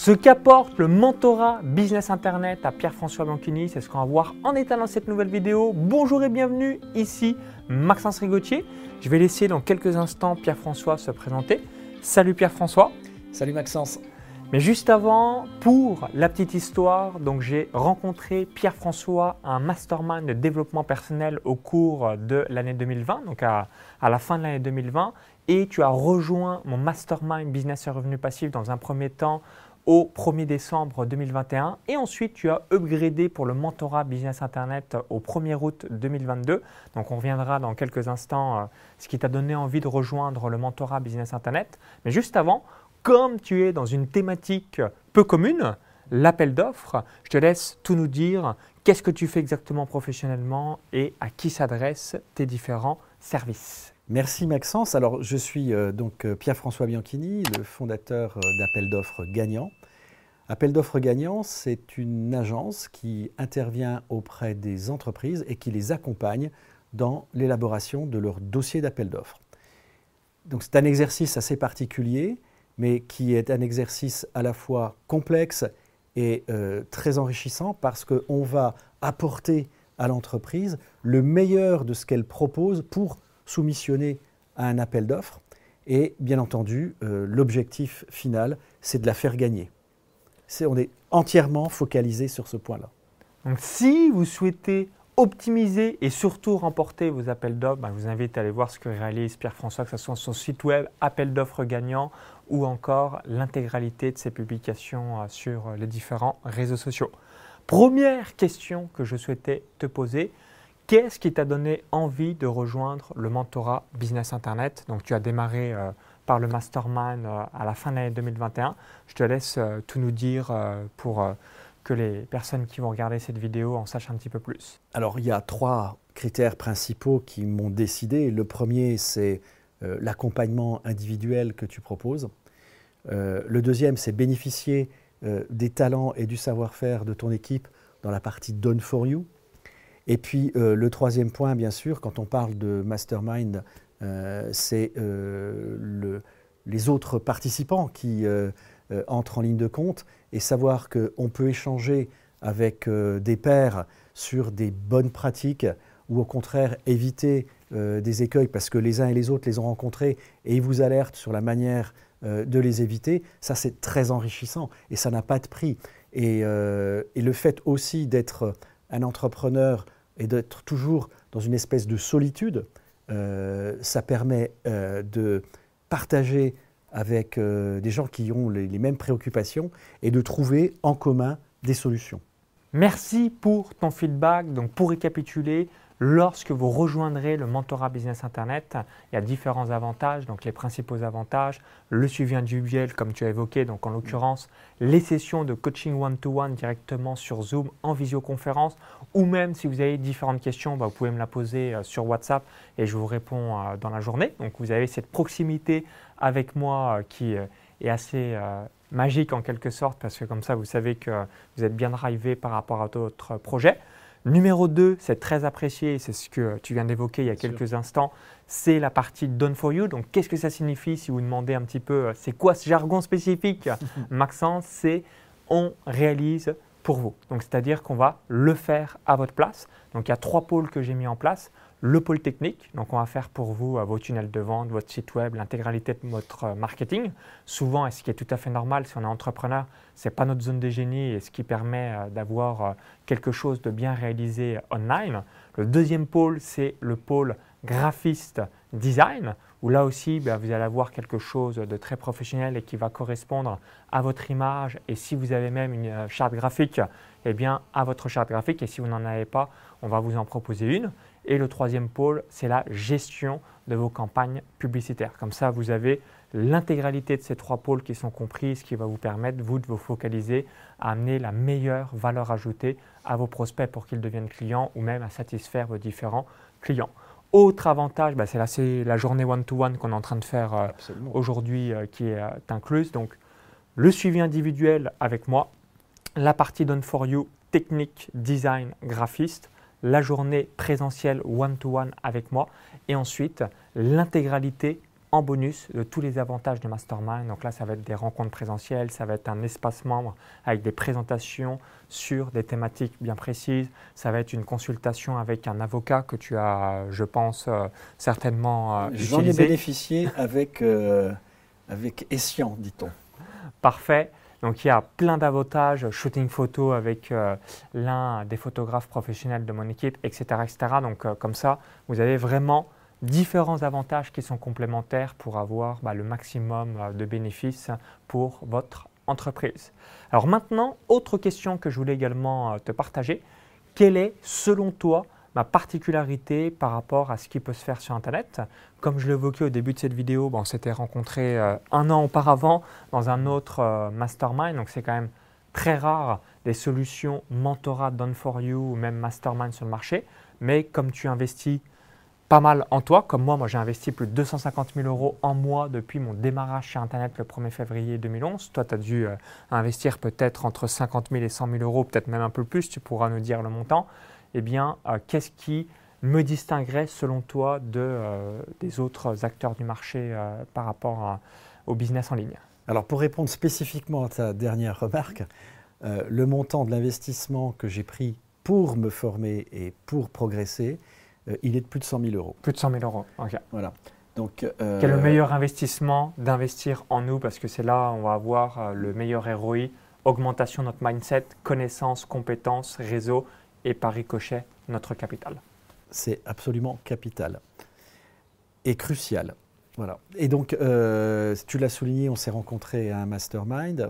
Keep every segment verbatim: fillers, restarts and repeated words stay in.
Ce qu'apporte le mentorat Business Internet à Pierre-François Bianchini, c'est ce qu'on va voir en état dans cette nouvelle vidéo. Bonjour et bienvenue, ici Maxence Rigotier. Je vais laisser dans quelques instants Pierre-François se présenter. Salut Pierre-François. Salut Maxence. Mais juste avant, pour la petite histoire, donc j'ai rencontré Pierre-François à un mastermind de développement personnel au cours de l'année deux mille vingt, donc à, à la fin de l'année deux mille vingt, et tu as rejoint mon mastermind business et revenus passifs dans un premier temps au premier décembre deux mille vingt et un, et ensuite tu as upgradé pour le mentorat business internet au premier août deux mille vingt-deux. Donc on reviendra dans quelques instants euh, ce qui t'a donné envie de rejoindre le mentorat business internet. Mais juste avant, comme tu es dans une thématique peu commune, l'appel d'offres, je te laisse tout nous dire. Qu'est-ce que tu fais exactement professionnellement et à qui s'adressent tes différents services? Merci Maxence. Alors je suis euh, donc Pierre-François Bianchini, le fondateur euh, d'Appel d'offres Gagnant. Appel d'offres Gagnant, c'est une agence qui intervient auprès des entreprises et qui les accompagne dans l'élaboration de leur dossier d'appel d'offres. Donc c'est un exercice assez particulier, mais qui est un exercice à la fois complexe et euh, très enrichissant parce qu'on va apporter à l'entreprise le meilleur de ce qu'elle propose pour soumissionner à un appel d'offres. Et bien entendu, euh, l'objectif final, c'est de la faire gagner. C'est, on est entièrement focalisé sur ce point-là. Donc si vous souhaitez optimiser et surtout remporter vos appels d'offres, ben, je vous invite à aller voir ce que réalise Pierre-François, que ce soit son site web, appel d'offres gagnant ou encore l'intégralité de ses publications euh, sur les différents réseaux sociaux. Première question que je souhaitais te poser, qu'est-ce qui t'a donné envie de rejoindre le mentorat Business Internet? Donc tu as démarré euh, par le mastermind euh, à la fin de l'année deux mille vingt et un. Je te laisse euh, tout nous dire euh, pour euh, que les personnes qui vont regarder cette vidéo en sachent un petit peu plus. Alors il y a trois critères principaux qui m'ont décidé. Le premier, c'est euh, l'accompagnement individuel que tu proposes. Euh, le deuxième, c'est bénéficier euh, des talents et du savoir-faire de ton équipe dans la partie Done for You. Et puis euh, le troisième point, bien sûr, quand on parle de mastermind, euh, c'est euh, le, les autres participants qui euh, euh, entrent en ligne de compte et savoir qu'on peut échanger avec euh, des pairs sur des bonnes pratiques ou au contraire éviter euh, des écueils parce que les uns et les autres les ont rencontrés et ils vous alertent sur la manière euh, de les éviter. Ça, c'est très enrichissant et ça n'a pas de prix. Et, euh, et le fait aussi d'être un entrepreneur et d'être toujours dans une espèce de solitude, euh, ça permet euh, de partager avec euh, des gens qui ont les, les mêmes préoccupations et de trouver en commun des solutions. Merci pour ton feedback. Donc pour récapituler, lorsque vous rejoindrez le mentorat Business Internet, il y a différents avantages. Donc les principaux avantages, le suivi individuel comme tu as évoqué, donc en l'occurrence les sessions de coaching one-to-one directement sur Zoom en visioconférence ou même si vous avez différentes questions, bah, vous pouvez me la poser sur WhatsApp et je vous réponds euh, dans la journée. Donc vous avez cette proximité avec moi euh, qui euh, est assez euh, magique en quelque sorte parce que comme ça vous savez que vous êtes bien drivé par rapport à d'autres projets. Numéro deux, c'est très apprécié, c'est ce que tu viens d'évoquer il y a Bien quelques sûr. instants, c'est la partie Done for You. Donc, qu'est-ce que ça signifie si vous demandez un petit peu, c'est quoi ce jargon spécifique Maxence, c'est on réalise pour vous. Donc, c'est-à-dire qu'on va le faire à votre place. Donc, il y a trois pôles que j'ai mis en place. Le pôle technique, donc on va faire pour vous euh, vos tunnels de vente, votre site web, l'intégralité de votre euh, marketing. Souvent, et ce qui est tout à fait normal si on est entrepreneur, ce n'est pas notre zone de génie et ce qui permet euh, d'avoir euh, quelque chose de bien réalisé online. Le deuxième pôle, c'est le pôle graphiste design, où là aussi, ben, vous allez avoir quelque chose de très professionnel et qui va correspondre à votre image. Et si vous avez même une euh, charte graphique, eh bien, à votre charte graphique. Et si vous n'en avez pas, on va vous en proposer une. Et le troisième pôle, c'est la gestion de vos campagnes publicitaires. Comme ça, vous avez l'intégralité de ces trois pôles qui sont compris, ce qui va vous permettre, vous, de vous focaliser à amener la meilleure valeur ajoutée à vos prospects pour qu'ils deviennent clients ou même à satisfaire vos différents clients. Autre avantage, bah, c'est là, c'est la journée one-to-one qu'on est en train de faire euh, aujourd'hui euh, qui est euh, incluse. Donc, le suivi individuel avec moi, la partie Done for You, technique, design, graphiste, la journée présentielle one-to-one avec moi et ensuite l'intégralité en bonus de tous les avantages du mastermind. Donc là, ça va être des rencontres présentielles, ça va être un espace membre avec des présentations sur des thématiques bien précises. Ça va être une consultation avec un avocat que tu as, je pense, euh, certainement euh, J'en ai bénéficié avec, euh, avec Essian, dit-on. Parfait. Donc il y a plein d'avantages, shooting photo avec euh, l'un des photographes professionnels de mon équipe, et cetera et cetera. Donc euh, comme ça, vous avez vraiment différents avantages qui sont complémentaires pour avoir bah, le maximum euh, de bénéfices pour votre entreprise. Alors maintenant, autre question que je voulais également euh, te partager. Quelle est, selon toi, ma particularité par rapport à ce qui peut se faire sur Internet? Comme je l'évoquais au début de cette vidéo, bon, on s'était rencontrés euh, un an auparavant dans un autre euh, mastermind. Donc, c'est quand même très rare des solutions mentorat done for you ou même mastermind sur le marché. Mais comme tu investis pas mal en toi, comme moi, moi j'ai investi plus de deux cent cinquante mille euros en mois depuis mon démarrage sur Internet le premier février deux mille onze. Toi, tu as dû euh, investir peut-être entre cinquante mille et cent mille euros, peut-être même un peu plus, tu pourras nous dire le montant. Eh bien, euh, qu'est-ce qui me distinguerait selon toi de, euh, des autres acteurs du marché euh, par rapport à, au business en ligne? Alors, pour répondre spécifiquement à ta dernière remarque, euh, le montant de l'investissement que j'ai pris pour me former et pour progresser, euh, il est de plus de cent mille euros. Plus de cent mille euros, ok. Voilà. Donc, euh, quel est le meilleur investissement d'investir en nous? Parce que c'est là où on va avoir euh, le meilleur R O I, augmentation de notre mindset, connaissances, compétences, réseau, et par ricochet, notre capital. C'est absolument capital et crucial. Voilà. Et donc, euh, tu l'as souligné, on s'est rencontrés à un mastermind.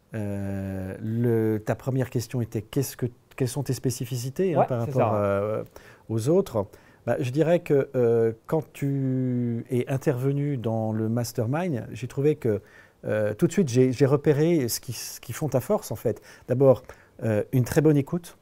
Euh, le, ta première question était qu'est-ce que, quelles sont tes spécificités ouais, hein, par rapport euh, aux autres? Bah, je dirais que euh, quand tu es intervenu dans le mastermind, j'ai trouvé que euh, tout de suite, j'ai, j'ai repéré ce qui, ce qui font ta force en fait. D'abord, euh, une très bonne écoute.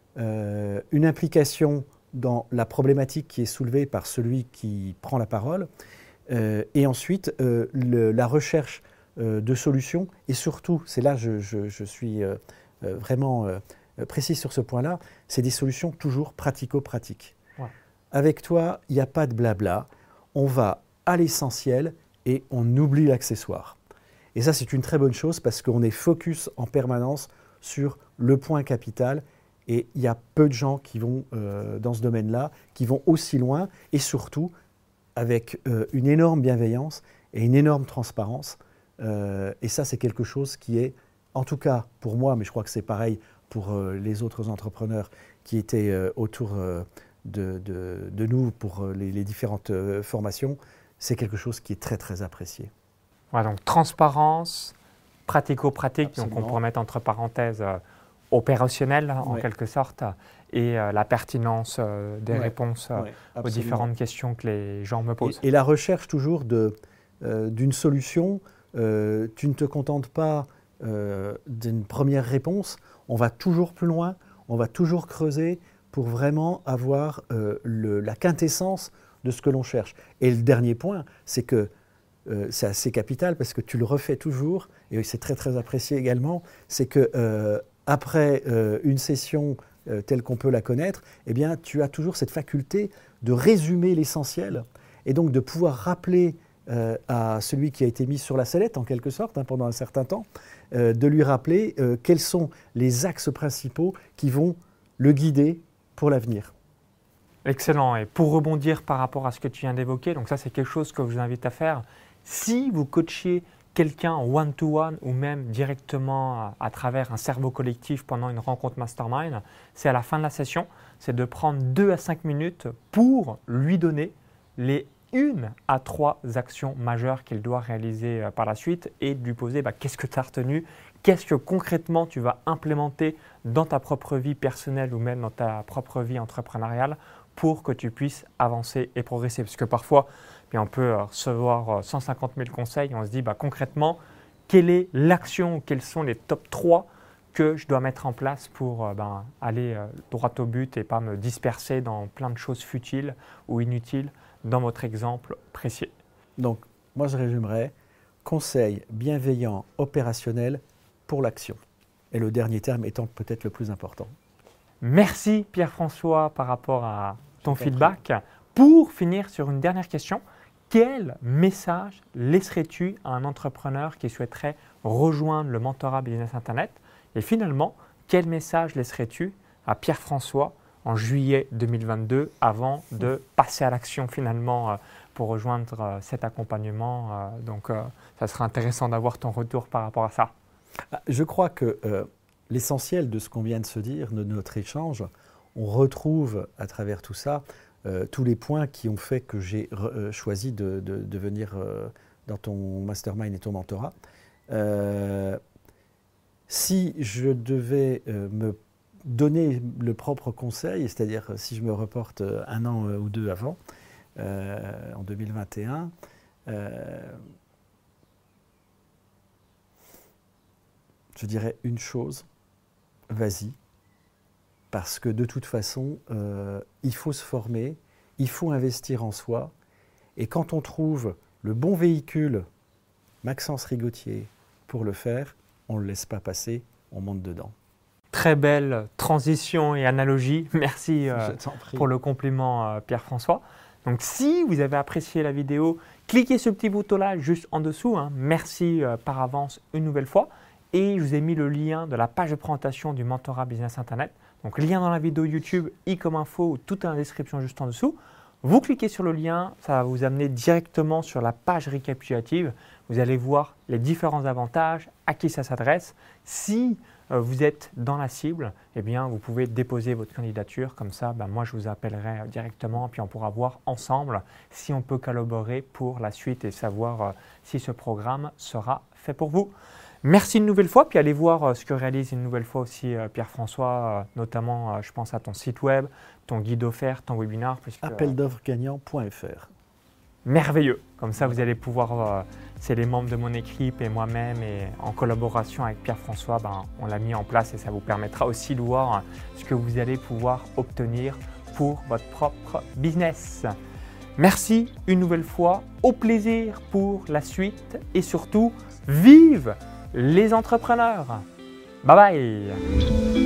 Euh, une implication dans la problématique qui est soulevée par celui qui prend la parole, euh, et ensuite euh, le, la recherche euh, de solutions, et surtout, c'est là je, je, je suis euh, vraiment euh, précis sur ce point-là, c'est des solutions toujours pratico-pratiques. Ouais. Avec toi, il n'y a pas de blabla, on va à l'essentiel et on oublie l'accessoire. Et ça, c'est une très bonne chose parce qu'on est focus en permanence sur le point capital. Et il y a peu de gens qui vont euh, dans ce domaine-là, qui vont aussi loin, et surtout avec euh, une énorme bienveillance et une énorme transparence. Euh, et ça, c'est quelque chose qui est, en tout cas pour moi, mais je crois que c'est pareil pour euh, les autres entrepreneurs qui étaient euh, autour euh, de, de, de nous pour euh, les, les différentes euh, formations, c'est quelque chose qui est très, très apprécié. Ouais, donc transparence, pratico-pratique, donc on pourrait mettre entre parenthèses euh, opérationnel en ouais. quelque sorte, et euh, la pertinence euh, des ouais. réponses euh, ouais, aux différentes questions que les gens me posent. Et, et la recherche toujours de, euh, d'une solution, euh, tu ne te contentes pas euh, d'une première réponse, on va toujours plus loin, on va toujours creuser pour vraiment avoir euh, le, la quintessence de ce que l'on cherche. Et le dernier point, c'est que euh, c'est assez capital parce que tu le refais toujours, et c'est très très apprécié également, c'est que euh, après euh, une session euh, telle qu'on peut la connaître, eh bien, tu as toujours cette faculté de résumer l'essentiel et donc de pouvoir rappeler euh, à celui qui a été mis sur la sellette, en quelque sorte, hein, pendant un certain temps, euh, de lui rappeler euh, quels sont les axes principaux qui vont le guider pour l'avenir. Excellent. Et pour rebondir par rapport à ce que tu viens d'évoquer, donc ça, c'est quelque chose que je vous invite à faire. Si vous coachez quelqu'un en one-to-one ou même directement à, à travers un cerveau collectif pendant une rencontre mastermind, c'est à la fin de la session, c'est de prendre deux à cinq minutes pour lui donner les une à trois actions majeures qu'il doit réaliser euh, par la suite et de lui poser bah, qu'est-ce que tu as retenu, qu'est-ce que concrètement tu vas implémenter dans ta propre vie personnelle ou même dans ta propre vie entrepreneuriale pour que tu puisses avancer et progresser. Parce que parfois, bien, on peut recevoir cent cinquante mille conseils et on se dit bah, concrètement, quelle est l'action ou quels sont les top trois que je dois mettre en place pour euh, ben, aller euh, droit au but et pas me disperser dans plein de choses futiles ou inutiles dans votre exemple précis. Donc, moi je résumerais, conseil bienveillant, opérationnel pour l'action. Et le dernier terme étant peut-être le plus important. Merci Pierre-François par rapport à ton feedback. Pour finir sur une dernière question, quel message laisserais-tu à un entrepreneur qui souhaiterait rejoindre le mentorat Business Internet? Et finalement, quel message laisserais-tu à Pierre-François en juillet deux mille vingt-deux avant de passer à l'action finalement euh, pour rejoindre euh, cet accompagnement euh, Donc, euh, ça sera intéressant d'avoir ton retour par rapport à ça. Je crois que euh, l'essentiel de ce qu'on vient de se dire, de notre échange, on retrouve à travers tout ça euh, tous les points qui ont fait que j'ai euh, choisi de, de, de venir euh, dans ton mastermind et ton mentorat. Euh, si je devais euh, me donner le propre conseil, c'est-à-dire si je me reporte un an ou deux avant, euh, en deux mille vingt et un, euh, je dirais une chose, vas-y, parce que de toute façon, euh, il faut se former, il faut investir en soi, et quand on trouve le bon véhicule, Maxence Rigotier, pour le faire, on ne le laisse pas passer, on monte dedans. Très belle transition et analogie. Merci euh, pour le compliment, euh, Pierre-François. Donc, si vous avez apprécié la vidéo, cliquez sur le petit bouton-là juste en dessous. Hein. Merci euh, par avance une nouvelle fois. Et je vous ai mis le lien de la page de présentation du mentorat Business Internet. Donc, lien dans la vidéo YouTube, i comme info, tout est dans la description juste en dessous. Vous cliquez sur le lien, ça va vous amener directement sur la page récapitulative. Vous allez voir les différents avantages, à qui ça s'adresse. Si euh, vous êtes dans la cible, eh bien, vous pouvez déposer votre candidature. Comme ça, ben, moi, je vous appellerai directement, puis on pourra voir ensemble si on peut collaborer pour la suite et savoir euh, si ce programme sera fait pour vous. Merci une nouvelle fois, puis allez voir euh, ce que réalise une nouvelle fois aussi euh, Pierre-François, euh, notamment euh, je pense à ton site web, ton guide offert, ton webinaire. appel d'offres gagnant point f r. Merveilleux, comme ça vous allez pouvoir, euh, c'est les membres de mon équipe et moi-même et en collaboration avec Pierre-François, ben, on l'a mis en place et ça vous permettra aussi de voir ce que vous allez pouvoir obtenir pour votre propre business. Merci une nouvelle fois, au plaisir pour la suite et surtout, vive les entrepreneurs. Bye bye.